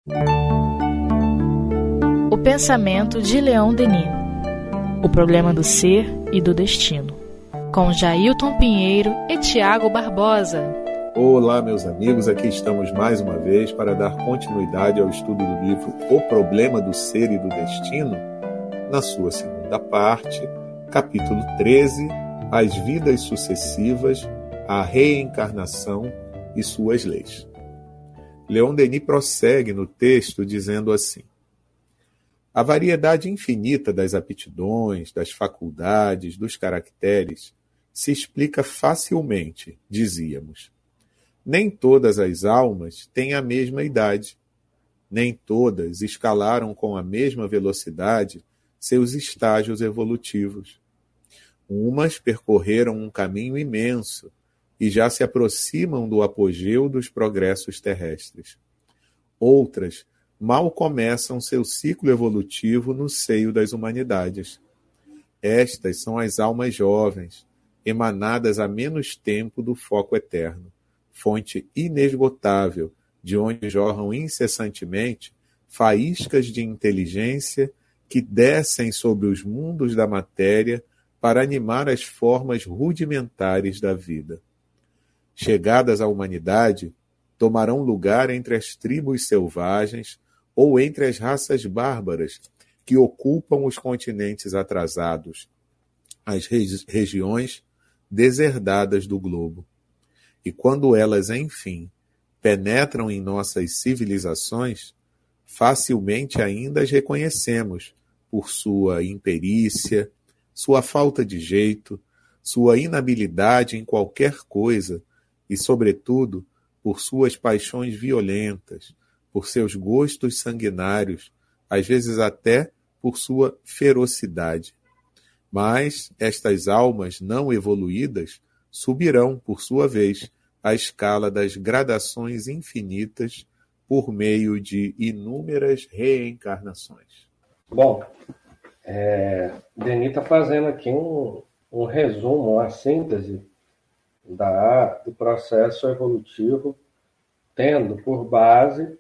O pensamento de Leon Denis. O problema do ser e do destino. Com Jailton Pinheiro e Tiago Barbosa. Olá, meus amigos. Aqui estamos mais uma vez para dar continuidade ao estudo do livro O Problema do Ser e do Destino, na sua segunda parte, capítulo 13, As Vidas Sucessivas, a Reencarnação e suas leis. Leon Denis prossegue no texto dizendo assim: a variedade infinita das aptidões, das faculdades, dos caracteres se explica facilmente, dizíamos. Nem todas as almas têm a mesma idade. Nem todas escalaram com a mesma velocidade seus estágios evolutivos. Umas percorreram um caminho imenso e já se aproximam do apogeu dos progressos terrestres. Outras mal começam seu ciclo evolutivo no seio das humanidades. Estas são as almas jovens, emanadas há menos tempo do foco eterno, fonte inesgotável, de onde jorram incessantemente faíscas de inteligência que descem sobre os mundos da matéria para animar as formas rudimentares da vida. Chegadas à humanidade, tomarão lugar entre as tribos selvagens ou entre as raças bárbaras que ocupam os continentes atrasados, as regiões deserdadas do globo. E quando elas, enfim, penetram em nossas civilizações, facilmente ainda as reconhecemos por sua imperícia, sua falta de jeito, sua inabilidade em qualquer coisa e, sobretudo, por suas paixões violentas, por seus gostos sanguinários, às vezes até por sua ferocidade. Mas estas almas não evoluídas subirão, por sua vez, a escala das gradações infinitas por meio de inúmeras reencarnações. Bom, Denis está fazendo aqui um resumo, uma síntese do processo evolutivo, tendo por base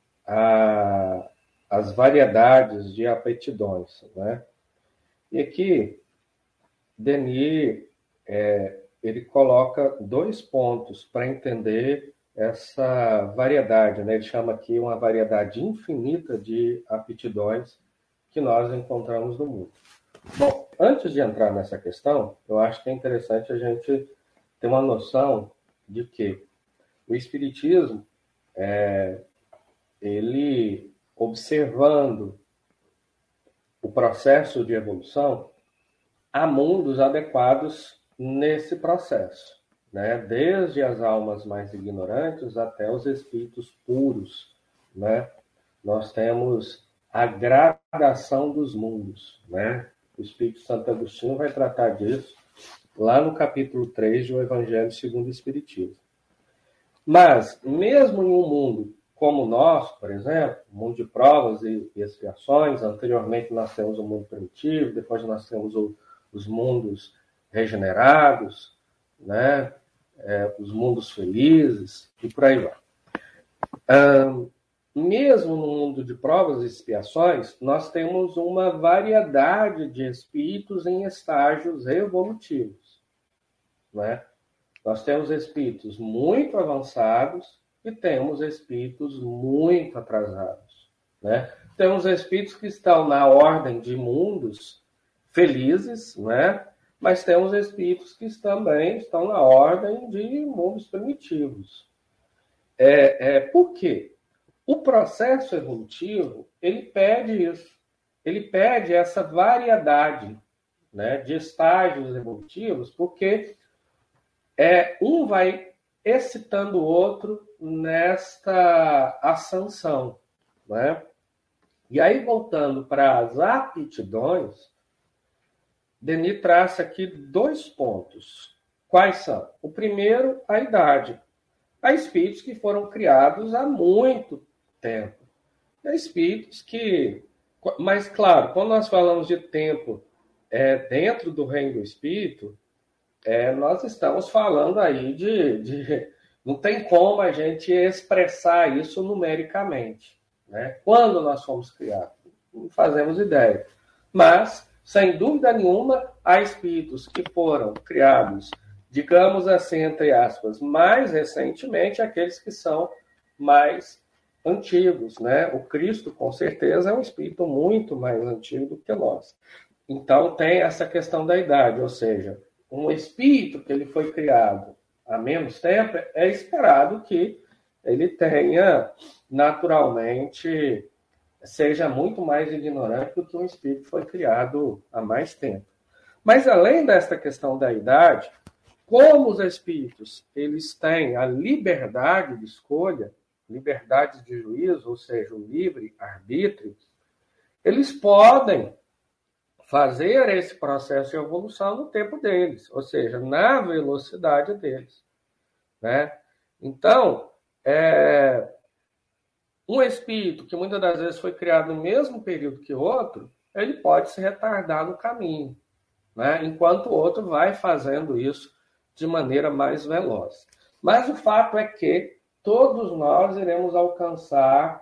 as variedades de aptidões, né? E aqui, Denis ele coloca 2 pontos para entender essa variedade, né? Ele chama aqui uma variedade infinita de aptidões que nós encontramos no mundo. Bom, antes de entrar nessa questão, eu acho que é interessante a gente ter uma noção de que o Espiritismo, ele, observando o processo de evolução, há mundos adequados nesse processo, né? Desde as almas mais ignorantes até os espíritos puros, né? Nós temos a gradação dos mundos, né? O Espírito Santo Agostinho vai tratar disso lá no capítulo 3 do Evangelho segundo o Espiritismo. Mas, mesmo em um mundo como o nosso, por exemplo, um mundo de provas e expiações, anteriormente nós temos o mundo primitivo, depois nós temos os mundos regenerados, né? Os mundos felizes, e por aí vai. Mesmo no mundo de provas e expiações, nós temos uma variedade de espíritos em estágios evolutivos, né? Nós temos espíritos muito avançados e temos espíritos muito atrasados, né? Temos espíritos que estão na ordem de mundos felizes, né? Mas temos espíritos que também estão na ordem de mundos primitivos. Por quê? O processo evolutivo, ele pede isso. Ele pede essa variedade, né, de estágios evolutivos, porque um vai excitando o outro nesta ascensão, né? E aí, voltando para as aptidões, Denis traça aqui 2 pontos. Quais são? O primeiro, a idade. Há espíritos que foram criados há muito tempo. Há espíritos que... Mas, claro, quando nós falamos de tempo dentro do reino do espírito, nós estamos falando aí de... Não tem como a gente expressar isso numericamente, né? Quando nós fomos criados? Não fazemos ideia. Mas, sem dúvida nenhuma, há espíritos que foram criados, digamos assim, entre aspas, mais recentemente, aqueles que são mais antigos, né? O Cristo, com certeza, é um espírito muito mais antigo do que nós. Então, tem essa questão da idade, ou seja, um espírito que ele foi criado há menos tempo, é esperado que ele tenha, naturalmente, seja muito mais ignorante do que um espírito que foi criado há mais tempo. Mas, além desta questão da idade, como os espíritos eles têm a liberdade de escolha, liberdade de juízo, ou seja, o livre arbítrio, eles podem fazer esse processo de evolução no tempo deles, ou seja, na velocidade deles, né? Então, um espírito que muitas das vezes foi criado no mesmo período que outro, ele pode se retardar no caminho, né? Enquanto o outro vai fazendo isso de maneira mais veloz. Mas o fato é que todos nós iremos alcançar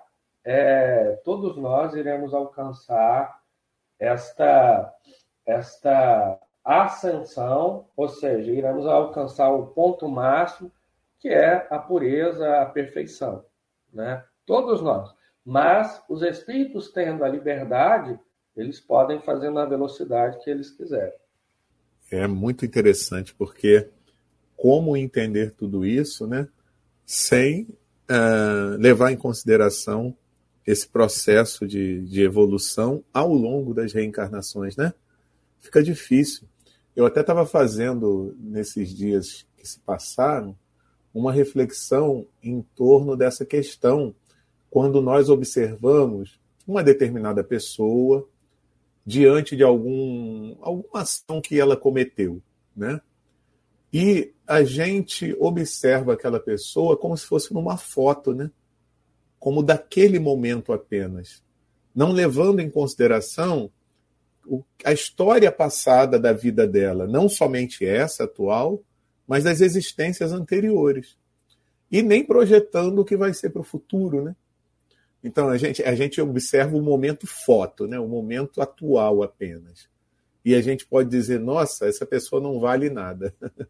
esta ascensão, ou seja, iremos alcançar o ponto máximo, que é a pureza, a perfeição, né? Todos nós. Mas os espíritos, tendo a liberdade, eles podem fazer na velocidade que eles quiserem. É muito interessante, porque como entender tudo isso, né, sem levar em consideração esse processo de evolução ao longo das reencarnações, né? Fica difícil. Eu até estava fazendo, nesses dias que se passaram, uma reflexão em torno dessa questão, quando nós observamos uma determinada pessoa diante de alguma ação que ela cometeu, né? E a gente observa aquela pessoa como se fosse numa foto, né? Como daquele momento apenas, não levando em consideração a história passada da vida dela, não somente essa atual, mas das existências anteriores. E nem projetando o que vai ser para o futuro, né? Então, a gente observa o momento foto, né? O momento atual apenas. E a gente pode dizer, nossa, essa pessoa não vale nada.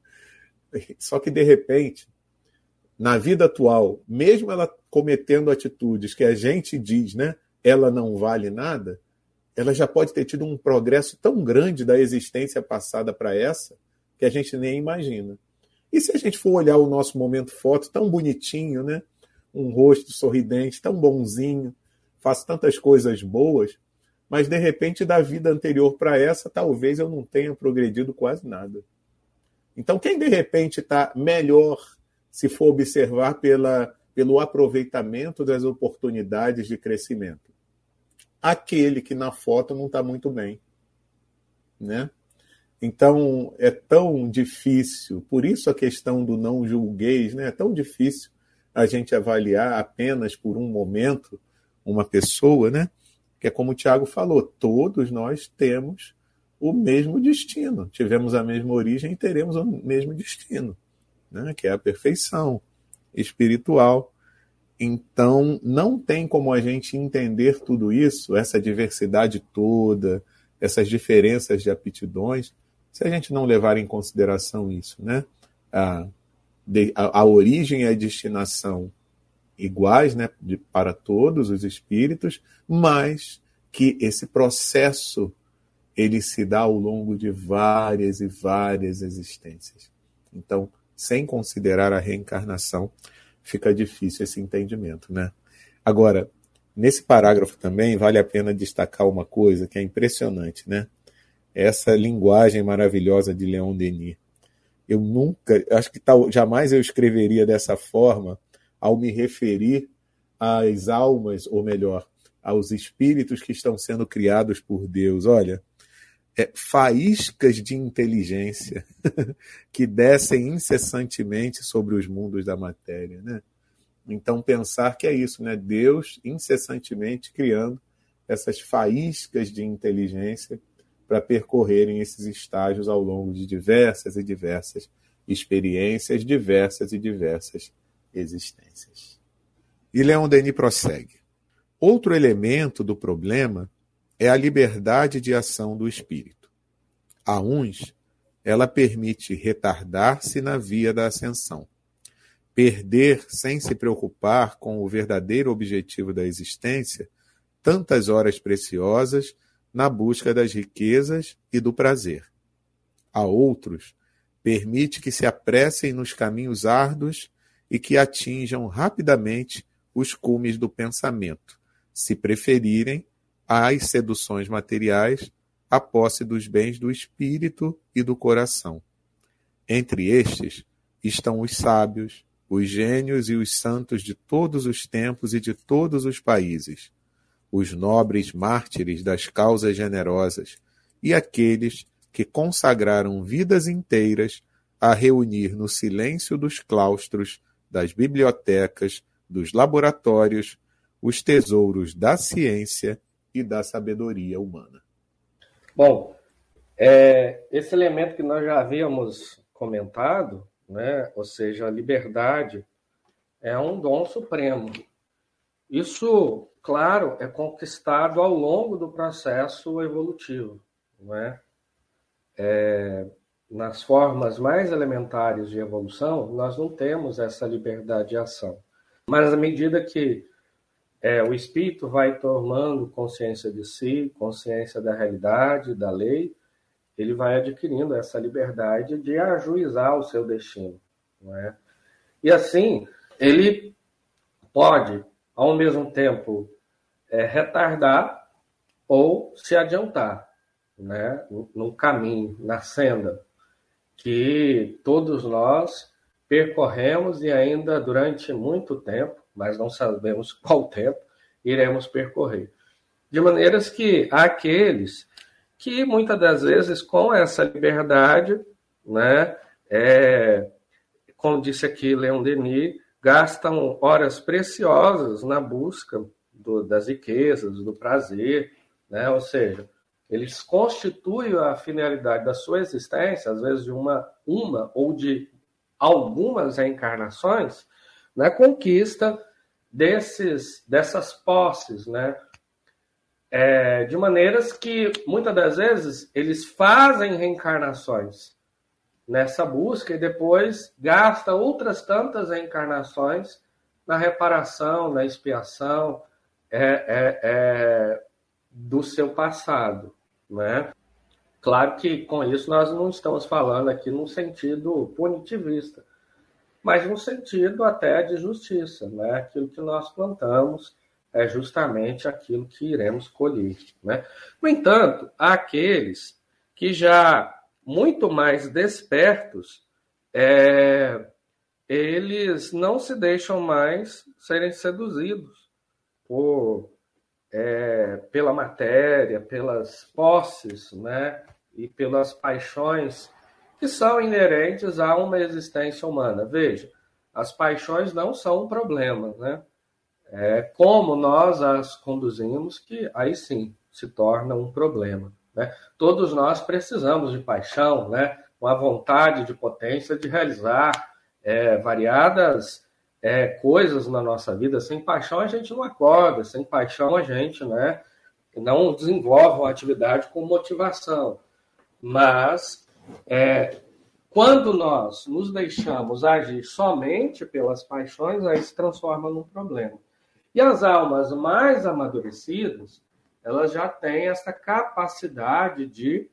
Só que, de repente, na vida atual, mesmo ela cometendo atitudes que a gente diz, né? Ela não vale nada, ela já pode ter tido um progresso tão grande da existência passada para essa, que a gente nem imagina. E se a gente for olhar o nosso momento foto, tão bonitinho, né? Um rosto sorridente, tão bonzinho, faz tantas coisas boas, mas de repente da vida anterior para essa, talvez eu não tenha progredido quase nada. Então quem de repente está melhor, se for observar pelo aproveitamento das oportunidades de crescimento? Aquele que na foto não está muito bem, né? Então é tão difícil, por isso a questão do não julgueis, né? É tão difícil a gente avaliar apenas por um momento uma pessoa, né? Que é como o Tiago falou, todos nós temos o mesmo destino, tivemos a mesma origem e teremos o mesmo destino, né? Que é a perfeição espiritual. Então não tem como a gente entender tudo isso, essa diversidade toda, essas diferenças de aptidões, se a gente não levar em consideração isso, né? A origem e a destinação iguais, né, para todos os espíritos, mas que esse processo ele se dá ao longo de várias e várias existências. Então, sem considerar a reencarnação, fica difícil esse entendimento, né? Agora, nesse parágrafo também vale a pena destacar uma coisa que é impressionante, né? Essa linguagem maravilhosa de Leon Denis. Eu acho que jamais eu escreveria dessa forma ao me referir às almas, ou melhor, aos espíritos que estão sendo criados por Deus. Olha, faíscas de inteligência que descem incessantemente sobre os mundos da matéria, né? Então pensar que é isso, né? Deus incessantemente criando essas faíscas de inteligência para percorrerem esses estágios ao longo de diversas e diversas experiências, diversas e diversas existências. E Leon Denis prossegue. Outro elemento do problema é a liberdade de ação do espírito. A uns, ela permite retardar-se na via da ascensão, perder sem se preocupar com o verdadeiro objetivo da existência tantas horas preciosas na busca das riquezas e do prazer. A outros, permite que se apressem nos caminhos árduos e que atinjam rapidamente os cumes do pensamento, se preferirem às seduções materiais a posse dos bens do espírito e do coração. Entre estes estão os sábios, os gênios e os santos de todos os tempos e de todos os países, os nobres mártires das causas generosas e aqueles que consagraram vidas inteiras a reunir no silêncio dos claustros, das bibliotecas, dos laboratórios, os tesouros da ciência e da sabedoria humana. Bom, esse elemento que nós já havíamos comentado, né, ou seja, a liberdade, é um dom supremo. Isso, claro, é conquistado ao longo do processo evolutivo, não é? Nas formas mais elementares de evolução, nós não temos essa liberdade de ação. Mas à medida que o espírito vai tomando consciência de si, consciência da realidade, da lei, ele vai adquirindo essa liberdade de ajuizar o seu destino, não é? E assim, ele pode, ao mesmo tempo, retardar ou se adiantar, né, no caminho, na senda que todos nós percorremos e ainda durante muito tempo, mas não sabemos qual tempo, iremos percorrer. De maneiras que há aqueles que muitas das vezes com essa liberdade, né, como disse aqui Leon Denis, gastam horas preciosas na busca das riquezas, do prazer, né, ou seja, eles constituem a finalidade da sua existência, às vezes de uma ou de algumas reencarnações, na conquista dessas posses, né? De maneiras que, muitas das vezes, eles fazem reencarnações nessa busca e depois gastam outras tantas reencarnações na reparação, na expiação do seu passado, né? Claro que com isso nós não estamos falando aqui num sentido punitivista, mas num sentido até de justiça, né? Aquilo que nós plantamos é justamente aquilo que iremos colher, né? No entanto, há aqueles que já muito mais despertos, eles não se deixam mais serem seduzidos pela matéria, pelas posses, né? E pelas paixões que são inerentes a uma existência humana. Veja, as paixões não são um problema, né? Como nós as conduzimos que aí sim se torna um problema, né? Todos nós precisamos de paixão, né? Uma vontade de potência de realizar variadas coisas na nossa vida. Sem paixão a gente não acorda, sem paixão a gente, né, não desenvolve uma atividade com motivação. Mas quando nós nos deixamos agir somente pelas paixões, aí se transforma num problema. E as almas mais amadurecidas, elas já têm essa capacidade de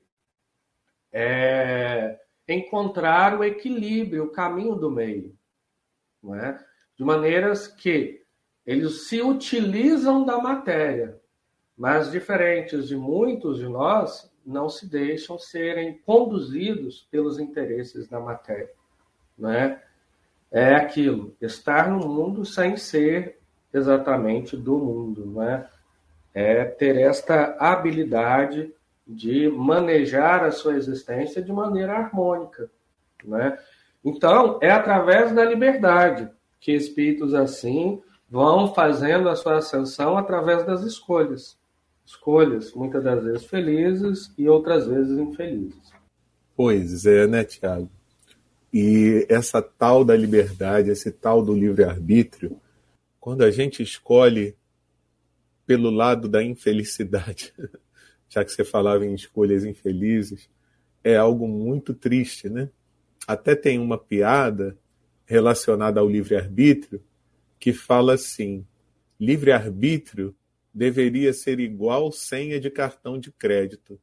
encontrar o equilíbrio, o caminho do meio, não é? De maneiras que eles se utilizam da matéria, mas diferentes de muitos de nós, não se deixam serem conduzidos pelos interesses da matéria, né? É aquilo, estar no mundo sem ser exatamente do mundo, né? É ter esta habilidade de manejar a sua existência de maneira harmônica, né? Então, é através da liberdade que espíritos assim vão fazendo a sua ascensão através das escolhas. Escolhas, muitas das vezes felizes e outras vezes infelizes. Pois é, né, Tiago? E essa tal da liberdade, esse tal do livre-arbítrio, quando a gente escolhe pelo lado da infelicidade, já que você falava em escolhas infelizes, é algo muito triste, né? Até tem uma piada relacionada ao livre-arbítrio que fala assim: livre-arbítrio deveria ser igual senha de cartão de crédito.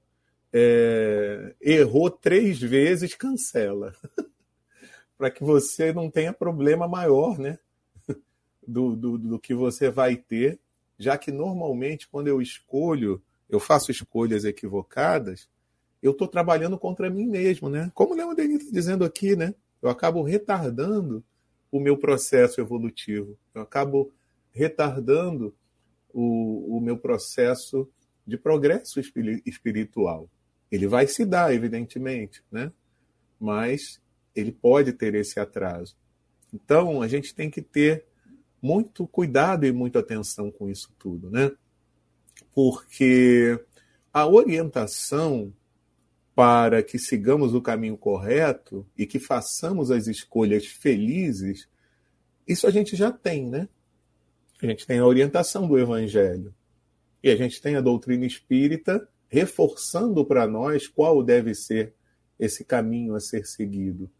Errou 3 vezes, cancela. Para que você não tenha problema maior, né? Do que você vai ter, já que normalmente quando eu faço escolhas equivocadas, eu estou trabalhando contra mim mesmo, né? Como o Leon Denis está dizendo aqui, né? Eu acabo retardando o meu processo evolutivo, eu acabo retardando o meu processo de progresso espiritual. Ele vai se dar, evidentemente, né? Mas ele pode ter esse atraso. Então, a gente tem que ter muito cuidado e muita atenção com isso tudo, né? Porque a orientação para que sigamos o caminho correto e que façamos as escolhas felizes, isso a gente já tem, né? A gente tem a orientação do Evangelho e a gente tem a doutrina espírita reforçando para nós qual deve ser esse caminho a ser seguido.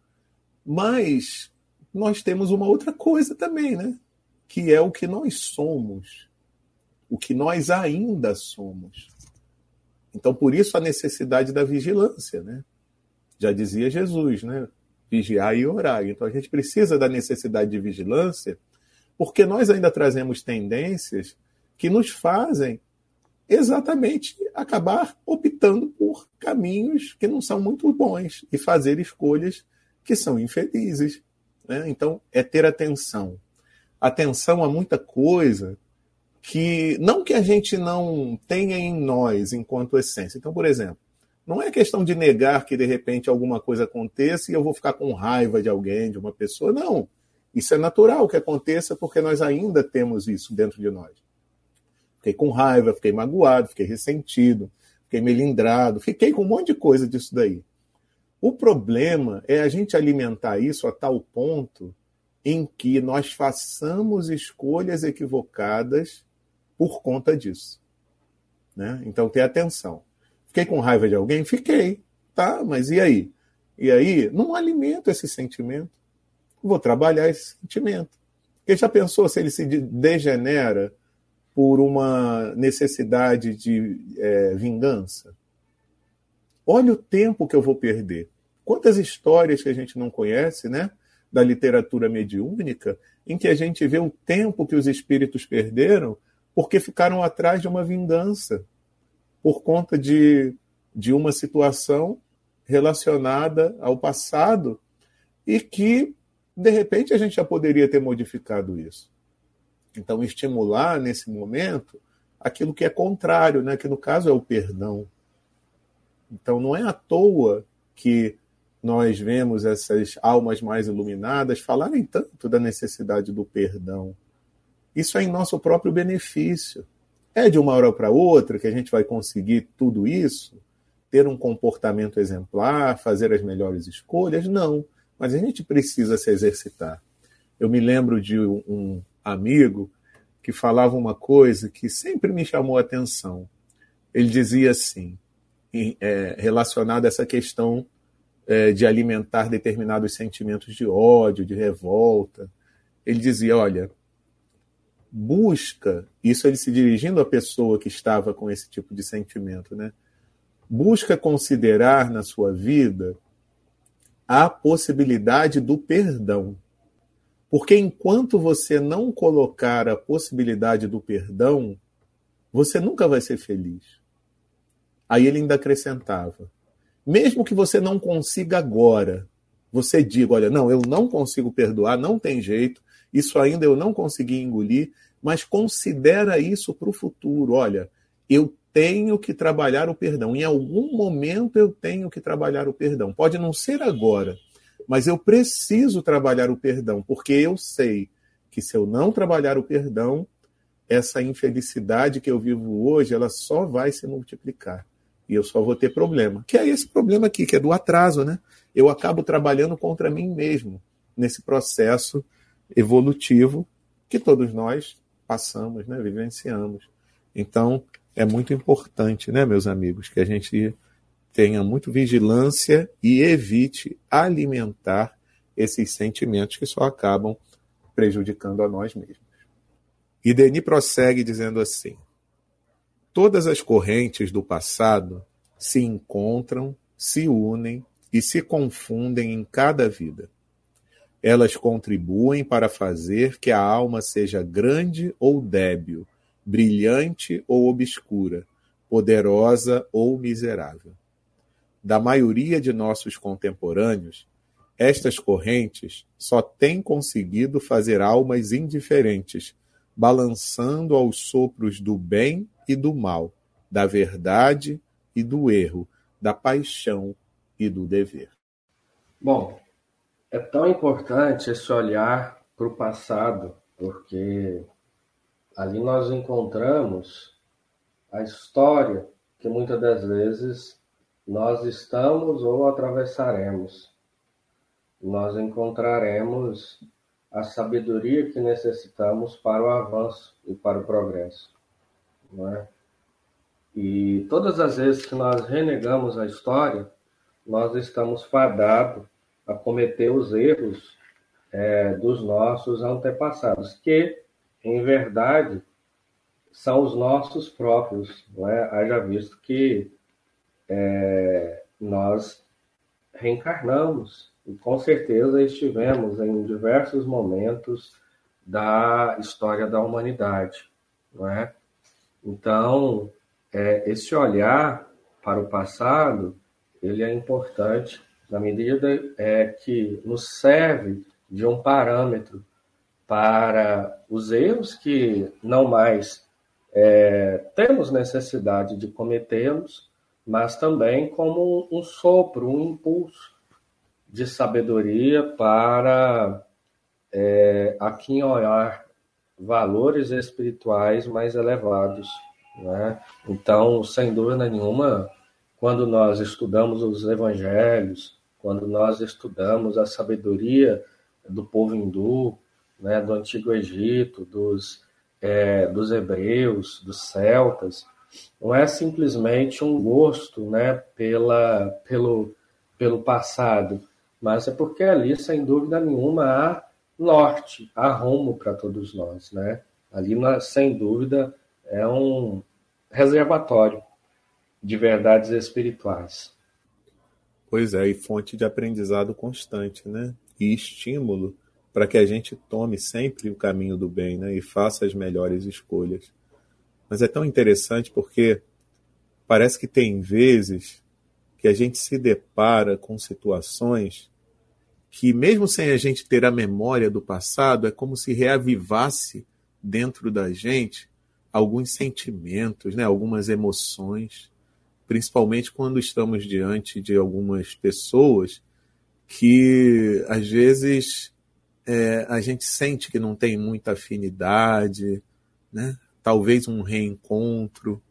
Mas nós temos uma outra coisa também, né? Que é o que nós somos, o que nós ainda somos. Então, por isso a necessidade da vigilância, né? Já dizia Jesus, né? Vigiar e orar. Então, a gente precisa da necessidade de vigilância, porque nós ainda trazemos tendências que nos fazem exatamente acabar optando por caminhos que não são muito bons e fazer escolhas que são infelizes, né? Então, é ter atenção. Atenção a muita coisa que não que a gente não tenha em nós enquanto essência. Então, por exemplo, não é questão de negar que de repente alguma coisa aconteça e eu vou ficar com raiva de alguém, de uma pessoa. Não, isso é natural que aconteça porque nós ainda temos isso dentro de nós. Fiquei com raiva, fiquei magoado, fiquei ressentido, fiquei melindrado, fiquei com um monte de coisa disso daí. O problema é a gente alimentar isso a tal ponto em que nós façamos escolhas equivocadas por conta disso, né? Então, ter atenção. Fiquei com raiva de alguém? Fiquei. Tá, mas e aí? E aí, não alimento esse sentimento. Vou trabalhar esse sentimento. Porque já pensou se ele se degenera por uma necessidade de vingança? Olha o tempo que eu vou perder. Quantas histórias que a gente não conhece, né? Da literatura mediúnica, em que a gente vê o tempo que os espíritos perderam porque ficaram atrás de uma vingança, por conta de uma situação relacionada ao passado e que, de repente, a gente já poderia ter modificado isso. Então, estimular, nesse momento, aquilo que é contrário, né? Que no caso é o perdão. Então, não é à toa que nós vemos essas almas mais iluminadas falarem tanto da necessidade do perdão. Isso é em nosso próprio benefício. É de uma hora para outra que a gente vai conseguir tudo isso? Ter um comportamento exemplar, fazer as melhores escolhas? Não. Mas a gente precisa se exercitar. Eu me lembro de um amigo que falava uma coisa que sempre me chamou a atenção. Ele dizia assim, relacionado a essa questão de alimentar determinados sentimentos de ódio, de revolta. Ele dizia, olha, busca, isso ele se dirigindo à pessoa que estava com esse tipo de sentimento, né? Busca considerar na sua vida a possibilidade do perdão. Porque enquanto você não colocar a possibilidade do perdão, você nunca vai ser feliz. Aí ele ainda acrescentava, mesmo que você não consiga agora, você diga, olha, não, eu não consigo perdoar, não tem jeito, isso ainda eu não consegui engolir, mas considera isso para o futuro. Olha, eu tenho que trabalhar o perdão. Em algum momento eu tenho que trabalhar o perdão. Pode não ser agora, mas eu preciso trabalhar o perdão, porque eu sei que se eu não trabalhar o perdão, essa infelicidade que eu vivo hoje, ela só vai se multiplicar. E eu só vou ter problema. Que é esse problema aqui, que é do atraso, né? Eu acabo trabalhando contra mim mesmo nesse processo evolutivo que todos nós passamos, né? Vivenciamos. Então, é muito importante, né, meus amigos, que a gente tenha muito vigilância e evite alimentar esses sentimentos que só acabam prejudicando a nós mesmos. E Denis prossegue dizendo assim: todas as correntes do passado se encontram, se unem e se confundem em cada vida. Elas contribuem para fazer que a alma seja grande ou débil, brilhante ou obscura, poderosa ou miserável. Da maioria de nossos contemporâneos, estas correntes só têm conseguido fazer almas indiferentes, balançando aos sopros do bem e do mal, da verdade e do erro, da paixão e do dever. Bom, é tão importante esse olhar para o passado, porque ali nós encontramos a história que muitas das vezes nós estamos ou atravessaremos. Nós encontraremos a sabedoria que necessitamos para o avanço e para o progresso. Não é? E todas as vezes que nós renegamos a história, nós estamos fadados a cometer os erros dos nossos antepassados, que, em verdade, são os nossos próprios. Não é? Haja visto que nós reencarnamos e, com certeza, estivemos em diversos momentos da história da humanidade. Não é? Então, esse olhar para o passado, ele é importante na medida que nos serve de um parâmetro para os erros que não mais temos necessidade de cometê-los, mas também como um sopro, um impulso de sabedoria para aquinhoar valores espirituais mais elevados. Né? Então, sem dúvida nenhuma, quando nós estudamos os evangelhos, quando nós estudamos a sabedoria do povo hindu, né, do Antigo Egito, dos hebreus, dos celtas, não é simplesmente um gosto, né, pelo passado, mas é porque ali, sem dúvida nenhuma, há norte, há rumo para todos nós. Né? Ali, sem dúvida, é um reservatório de verdades espirituais. Pois é, e fonte de aprendizado constante, né? E estímulo para que a gente tome sempre o caminho do bem, né? E faça as melhores escolhas. Mas é tão interessante porque parece que tem vezes que a gente se depara com situações que, mesmo sem a gente ter a memória do passado, é como se reavivasse dentro da gente alguns sentimentos, né? Algumas emoções, principalmente quando estamos diante de algumas pessoas que, às vezes, a gente sente que não tem muita afinidade, né? Talvez um reencontro,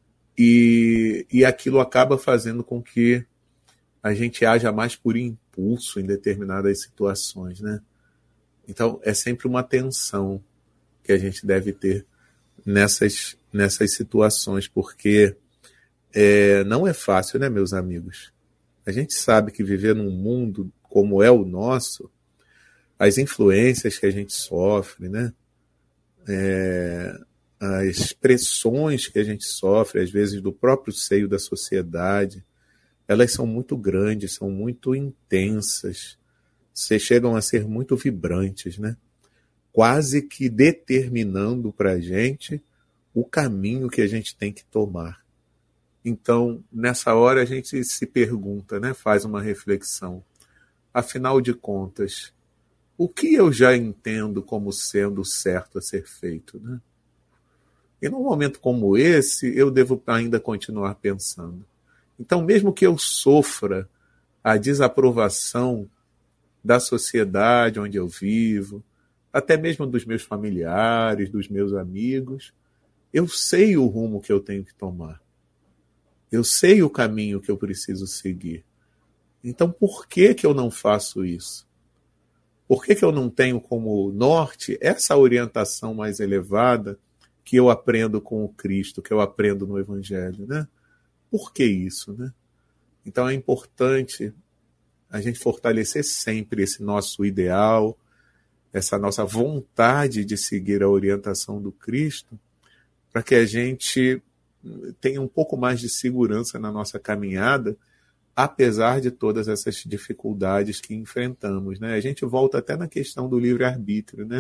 e aquilo acaba fazendo com que a gente haja mais por impulso em determinadas situações, né? Então, é sempre uma tensão que a gente deve ter nessas situações, porque não é fácil, né, meus amigos? A gente sabe que viver num mundo como é o nosso, as influências que a gente sofre, né? As pressões que a gente sofre, às vezes, do próprio seio da sociedade, elas são muito grandes, são muito intensas, chegam a ser muito vibrantes, né? Quase que determinando para a gente o caminho que a gente tem que tomar. Então, nessa hora, a gente se pergunta, né? Faz uma reflexão. Afinal de contas, o que eu já entendo como sendo certo a ser feito, né? E num momento como esse, eu devo ainda continuar pensando. Então, mesmo que eu sofra a desaprovação da sociedade onde eu vivo, até mesmo dos meus familiares, dos meus amigos, eu sei o rumo que eu tenho que tomar. Eu sei o caminho que eu preciso seguir. Então, por que eu não faço isso? Por que eu não tenho como norte essa orientação mais elevada que eu aprendo com o Cristo, que eu aprendo no Evangelho, né? Por que isso, né? Então é importante a gente fortalecer sempre esse nosso ideal, essa nossa vontade de seguir a orientação do Cristo, para que a gente tenha um pouco mais de segurança na nossa caminhada, apesar de todas essas dificuldades que enfrentamos, né? A gente volta até na questão do livre-arbítrio, né?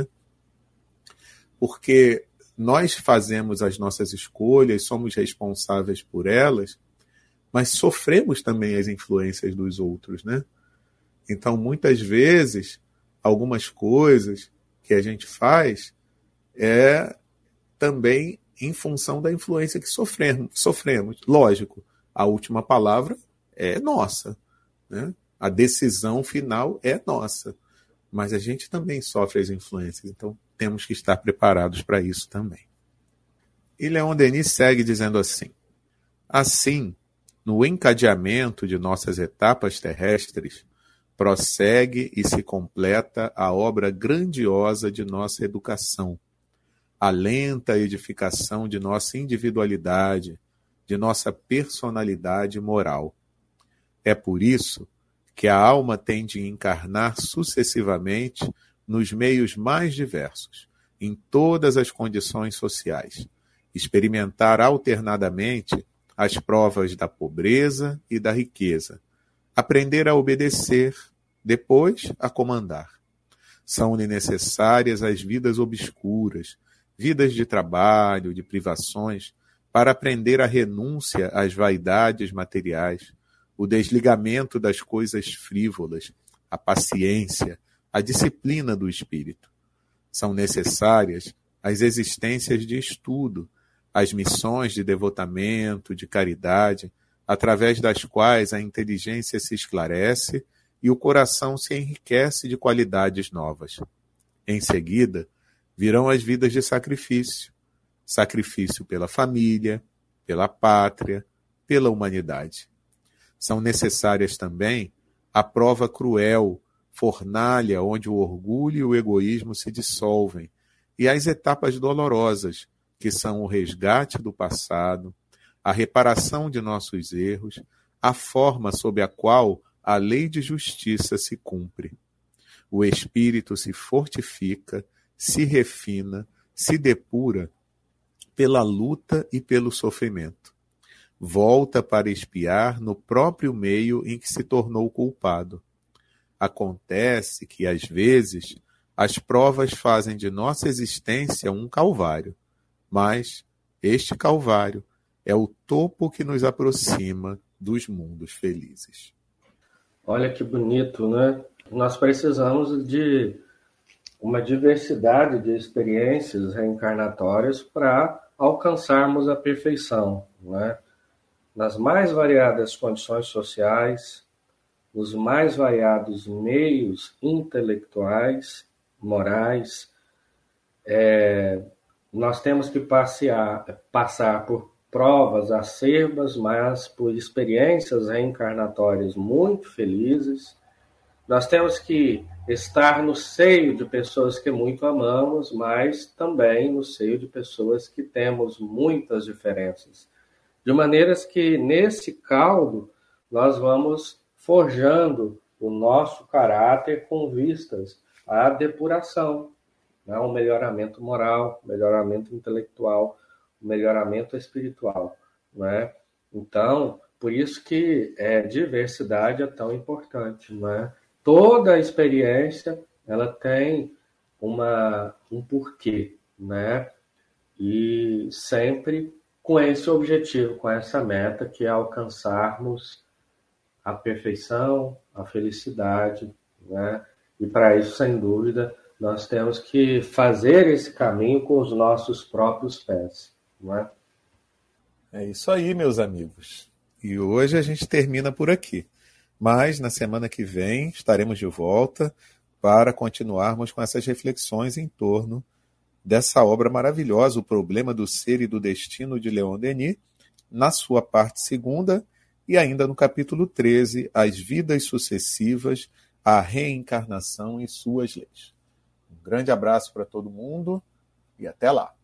Porque nós fazemos as nossas escolhas, somos responsáveis por elas, mas sofremos também as influências dos outros, né? Então, muitas vezes, algumas coisas que a gente faz é também em função da influência que sofremos. Lógico, a última palavra é nossa, né? A decisão final é nossa, mas a gente também sofre as influências, então temos que estar preparados para isso também. E Leon Denis segue dizendo assim: assim, no encadeamento de nossas etapas terrestres, prossegue e se completa a obra grandiosa de nossa educação, a lenta edificação de nossa individualidade, de nossa personalidade moral. É por isso que a alma tem de encarnar sucessivamente nos meios mais diversos, em todas as condições sociais, experimentar alternadamente as provas da pobreza e da riqueza, aprender a obedecer, depois a comandar. São-lhe necessárias as vidas obscuras, vidas de trabalho, de privações, para aprender a renúncia às vaidades materiais, o desligamento das coisas frívolas, a paciência, a disciplina do espírito. São necessárias as existências de estudo, as missões de devotamento, de caridade, através das quais a inteligência se esclarece e o coração se enriquece de qualidades novas. Em seguida, virão as vidas de sacrifício, sacrifício pela família, pela pátria, pela humanidade. São necessárias também a prova cruel, fornalha onde o orgulho e o egoísmo se dissolvem, e as etapas dolorosas, que são o resgate do passado, a reparação de nossos erros, a forma sob a qual a lei de justiça se cumpre. O espírito se fortifica, se refina, se depura pela luta e pelo sofrimento. Volta para expiar no próprio meio em que se tornou culpado. Acontece que, às vezes, as provas fazem de nossa existência um calvário, mas este calvário é o topo que nos aproxima dos mundos felizes. Olha que bonito, né? Nós precisamos de uma diversidade de experiências reencarnatórias para alcançarmos a perfeição, né? Nas mais variadas condições sociais, nos mais variados meios intelectuais, morais, nós temos que passar por provas acerbas, mas por experiências reencarnatórias muito felizes. Nós temos que estar no seio de pessoas que muito amamos, mas também no seio de pessoas que temos muitas diferenças. De maneiras que, nesse caldo, nós vamos forjando o nosso caráter com vistas à depuração, né? O melhoramento moral, o melhoramento intelectual, o melhoramento espiritual, né? Então, por isso que diversidade é tão importante, né? Toda experiência ela tem um porquê, né? E sempre com esse objetivo, com essa meta, que é alcançarmos a perfeição, a felicidade, né? E para isso, sem dúvida, nós temos que fazer esse caminho com os nossos próprios pés, não é? É isso aí, meus amigos. E hoje a gente termina por aqui. Mas na semana que vem estaremos de volta para continuarmos com essas reflexões em torno dessa obra maravilhosa, O Problema do Ser e do Destino, de Leon Denis, na sua parte segunda, e ainda no capítulo 13, As Vidas Sucessivas, a Reencarnação e Suas Leis. Um grande abraço para todo mundo e até lá!